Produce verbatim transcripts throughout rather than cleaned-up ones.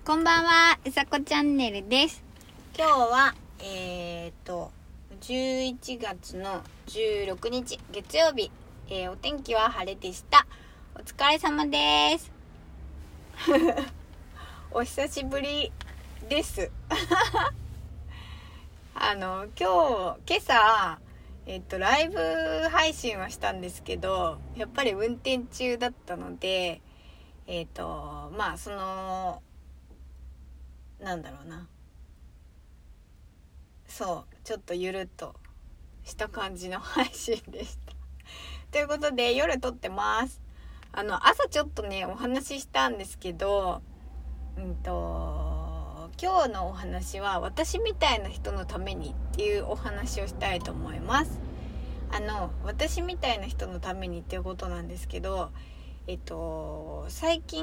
こんばんは、うさこチャンネルです。今日はえーとじゅういちがつのじゅうろくにち月曜日、えー、お天気は晴れでした。お疲れ様ですお久しぶりですあの今日今朝えっとライブ配信はしたんですけど、やっぱり運転中だったのでえっとまあそのなんだろうなそうちょっとゆるっとした感じの配信でしたということで夜撮ってます。あの朝ちょっとねお話ししたんですけど、うんと今日のお話は私みたいな人のためにっていうお話をしたいと思います。あの私みたいな人のためにっていうことなんですけど、えっと最近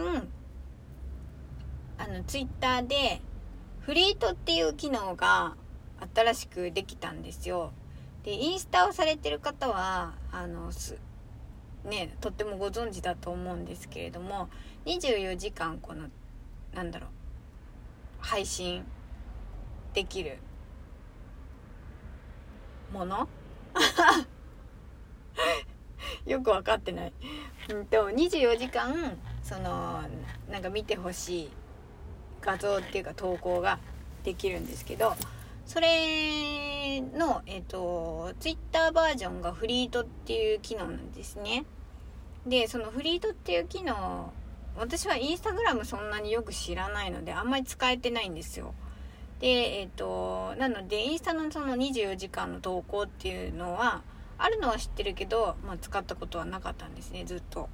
あのツイッターでフリートっていう機能が新しくできたんですよ。でインスタをされてる方はあのすねとってもご存知だと思うんですけれども、にじゅうよじかんこのなんだろう配信できるものよく分かってない。うんとにじゅうよじかんそのなんか見てほしい画像っていうか投稿ができるんですけど、それのえっとツイッターバージョンがフリートっていう機能なんですね。でそのフリートっていう機能、私はインスタグラムそんなによく知らないのであんまり使えてないんですよ。でえっとなのでインスタのそのにじゅうよじかんの投稿っていうのはあるのは知ってるけど、まあ、使ったことはなかったんですね、ずっと。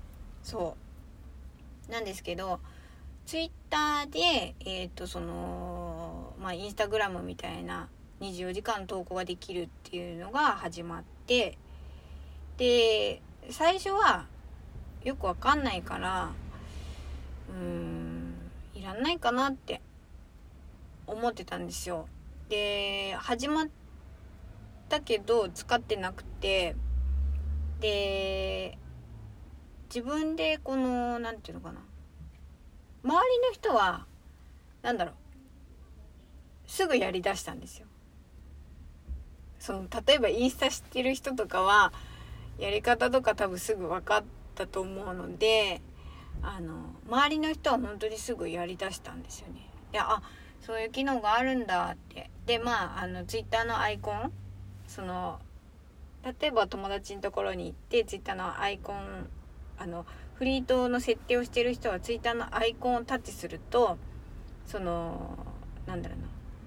そうなんですけど、ツイッターでえっとそのまあインスタグラムみたいなにじゅうよじかん投稿ができるっていうのが始まって、で最初はよくわかんないからうーんいらないかなって思ってたんですよ。で始まったけど使ってなくて、で自分でこのなんていうのかな、周りの人はなんだろうすぐやりだしたんですよ。その例えばインスタ知ってる人とかはやり方とか多分すぐ分かったと思うので、あの周りの人は本当にすぐやりだしたんですよね。であそういう機能があるんだって。でまああのツイッターのアイコン、その例えば友達のところに行ってツイッターのアイコン、あのフリートの設定をしてる人はツイッターのアイコンをタッチすると、そのなんだろうな、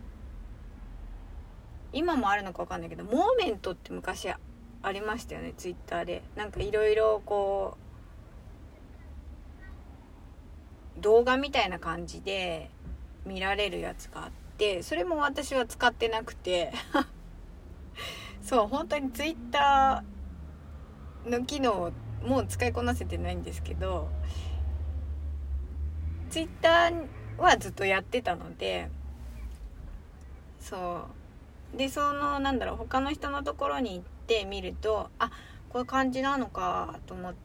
今もあるのか分かんないけどモーメントって昔ありましたよね、ツイッターで。なんかいろいろこう動画みたいな感じで見られるやつがあって、それも私は使ってなくてそう本当にツイッターの機能もう使いこなせてないんですけど、ツイッターはずっとやってたので、そうでそのなんだろう他の人のところに行ってみると、あこういう感じなのかと思って、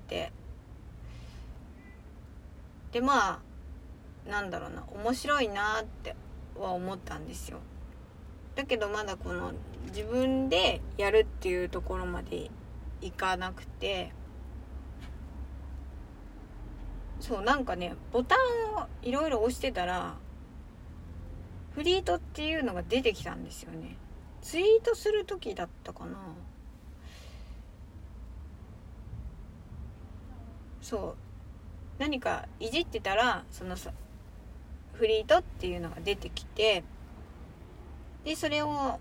でまあなんだろうな面白いなっては思ったんですよ。だけどまだこの自分でやるっていうところまでいかなくて、そうなんかねボタンをいろいろ押してたらフリートっていうのが出てきたんですよね。ツイートする時だったかな。そう何かいじってたらそのさフリートっていうのが出てきて、でそれを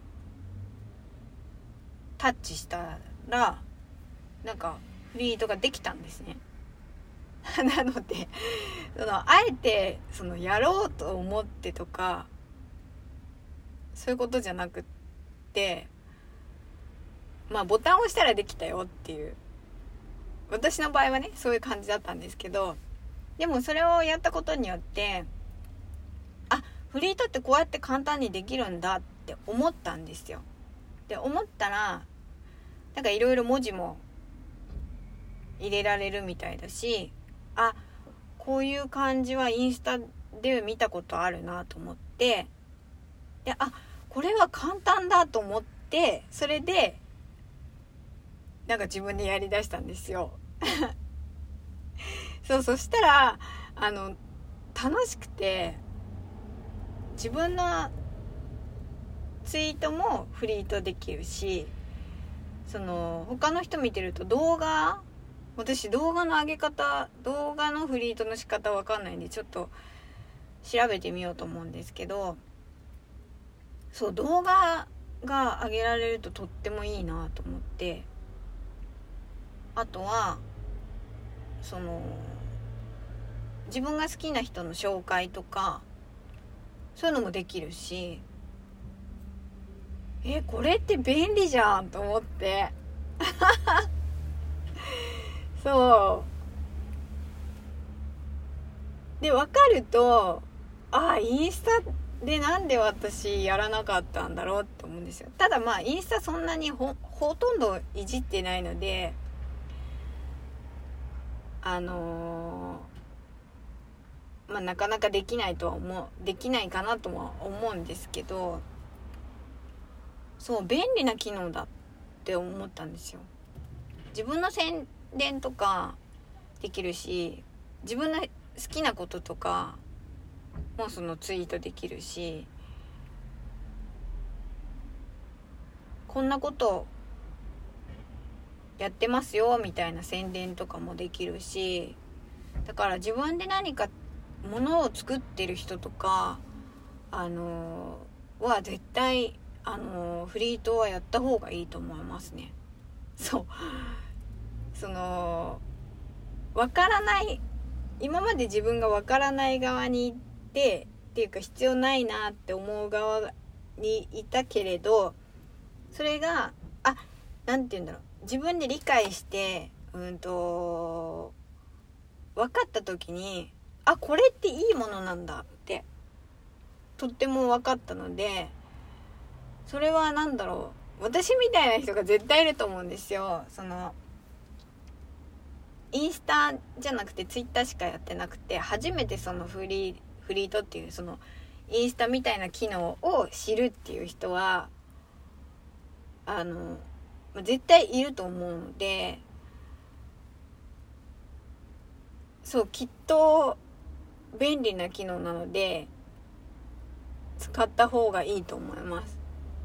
タッチしたらなんかフリートができたんですねなのでそのあえてそのやろうと思ってとかそういうことじゃなくって、まあボタンを押したらできたよっていう、私の場合はねそういう感じだったんですけど、でもそれをやったことによってあフリートってこうやって簡単にできるんだって思ったんですよ。で思ったらなんかいろいろ文字も入れられるみたいだし、あこういう感じはインスタで見たことあるなと思って、で、あ、これは簡単だと思って、それでなんか自分でやりだしたんですよそう、そしたらあの楽しくて、自分のツイートもフリートできるし、その他の人見てると動画、私動画の上げ方、動画のフリートの仕方わかんないんで、ちょっと調べてみようと思うんですけど、そう動画が上げられるととってもいいなと思って、あとはその自分が好きな人の紹介とかそういうのもできるし、えこれって便利じゃんと思ってそうで分かると、あ、インスタでなんで私やらなかったんだろうって思うんですよ。ただまあインスタそんなに ほ, ほとんどいじってないので、あのー、まあなかなかできないとは思うできないかなとは思うんですけど、そう便利な機能だって思ったんですよ。自分の宣伝とかできるし、自分の好きなこととかもそのツイートできるし、こんなことやってますよみたいな宣伝とかもできるし、だから自分で何かものを作ってる人とかあのー、は絶対あのー、フリートはやった方がいいと思いますね。そうそのわからない、今まで自分がわからない側にいてっていうか必要ないなって思う側にいたけれど、それがあ、なんて言うんだろう、自分で理解してうんと分かった時に、あ、これっていいものなんだってとっても分かったので、それはなんだろう、私みたいな人が絶対いると思うんですよ。そのインスタじゃなくてツイッターしかやってなくて、初めてそのフリーフリートっていうそのインスタみたいな機能を知るっていう人はあの絶対いると思うので、そうきっと便利な機能なので使った方がいいと思います。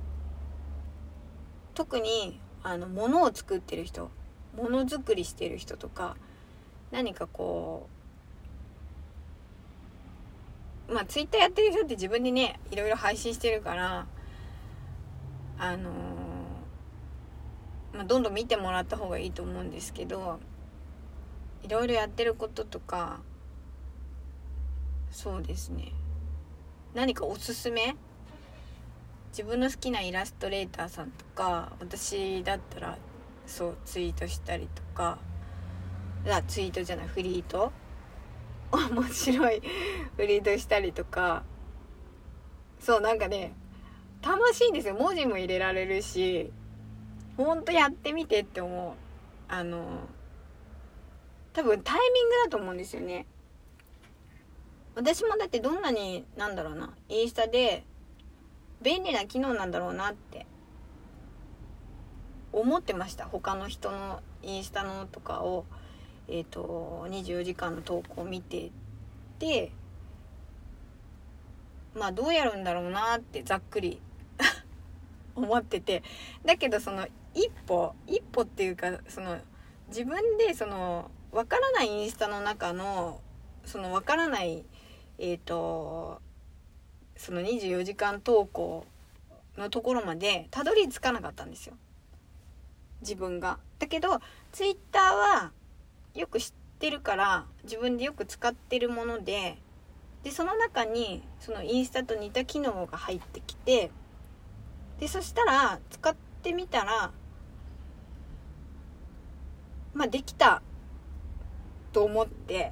特にあの物を作ってる人、ものづくりしてる人とか、何かこうまあツイッターやってる人って自分でねいろいろ配信してるから、あのーまあ、どんどん見てもらった方がいいと思うんですけど、いろいろやってることとか、そうですね、何かおすすめ、自分の好きなイラストレーターさんとか、私だったらそうツイートしたりとか、あツイートじゃないフリート面白いフリートしたりとか、そうなんかね楽しいんですよ。文字も入れられるし、ほんとやってみてって思う。あの多分タイミングだと思うんですよね。私もだってどんなになんだろうな、インスタで便利な機能なんだろうなって思ってました。他の人のインスタのとかをえっとにじゅうよじかんの投稿を見てて、まあどうやるんだろうなってざっくり思ってて、だけどその一歩一歩っていうか、その自分でそのわからないインスタの中のそのわからないえっとそのにじゅうよじかん投稿のところまでたどり着かなかったんですよ、自分が。だけどツイッターはよく知ってるから、自分でよく使ってるもので、でその中にそのインスタと似た機能が入ってきて、でそしたら使ってみたらまあできたと思って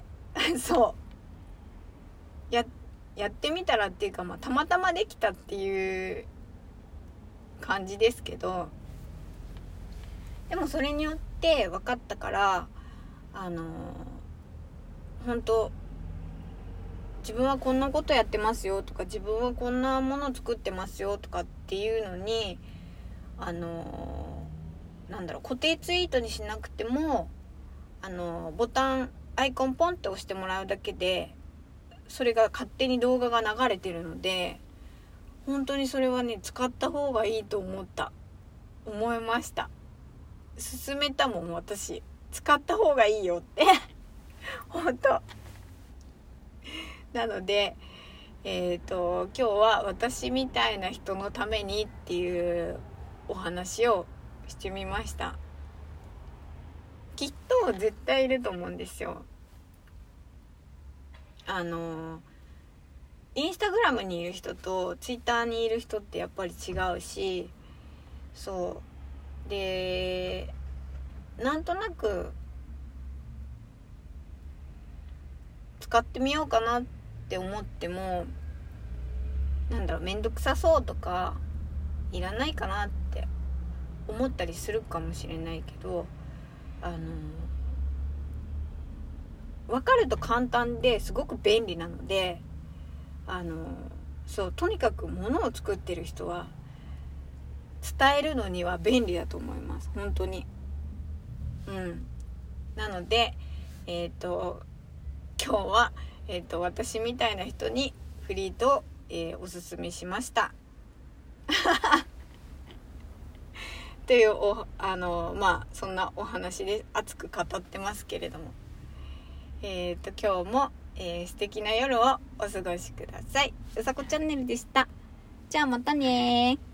そうややってみたらっていうか、まあたまたまできたっていう感じですけど、でもそれによって分かったから、あのー、本当自分はこんなことやってますよとか、自分はこんなもの作ってますよとかっていうのに、あのなんだろう、固定ツイートにしなくても、あのボタンアイコンポンって押してもらうだけでそれが勝手に動画が流れてるので、本当にそれはね使った方がいいと思った思いました。勧めたもん、私。使った方がいいよって本当なので、えっと今日は私みたいな人のためにっていうお話をしてみました。きっと絶対いると思うんですよ。あのインスタグラムにいる人とツイッターにいる人ってやっぱり違うし、そうで、なんとなく使ってみようかなって思っても、なんだろう、めんどくさそうとかいらないかなって思ったりするかもしれないけど、あの分かると簡単ですごく便利なので、あのそうとにかく物を作ってる人は伝えるのには便利だと思います、本当に。うんなのでえっ、ー、と今日は、えー、と私みたいな人にフリートを、えー、おすすめしましたというおあのまあそんなお話で熱く語ってますけれども、えっ、ー、と今日も、えー、素敵な夜をお過ごしください。うさこチャンネルでした。じゃあまたねー。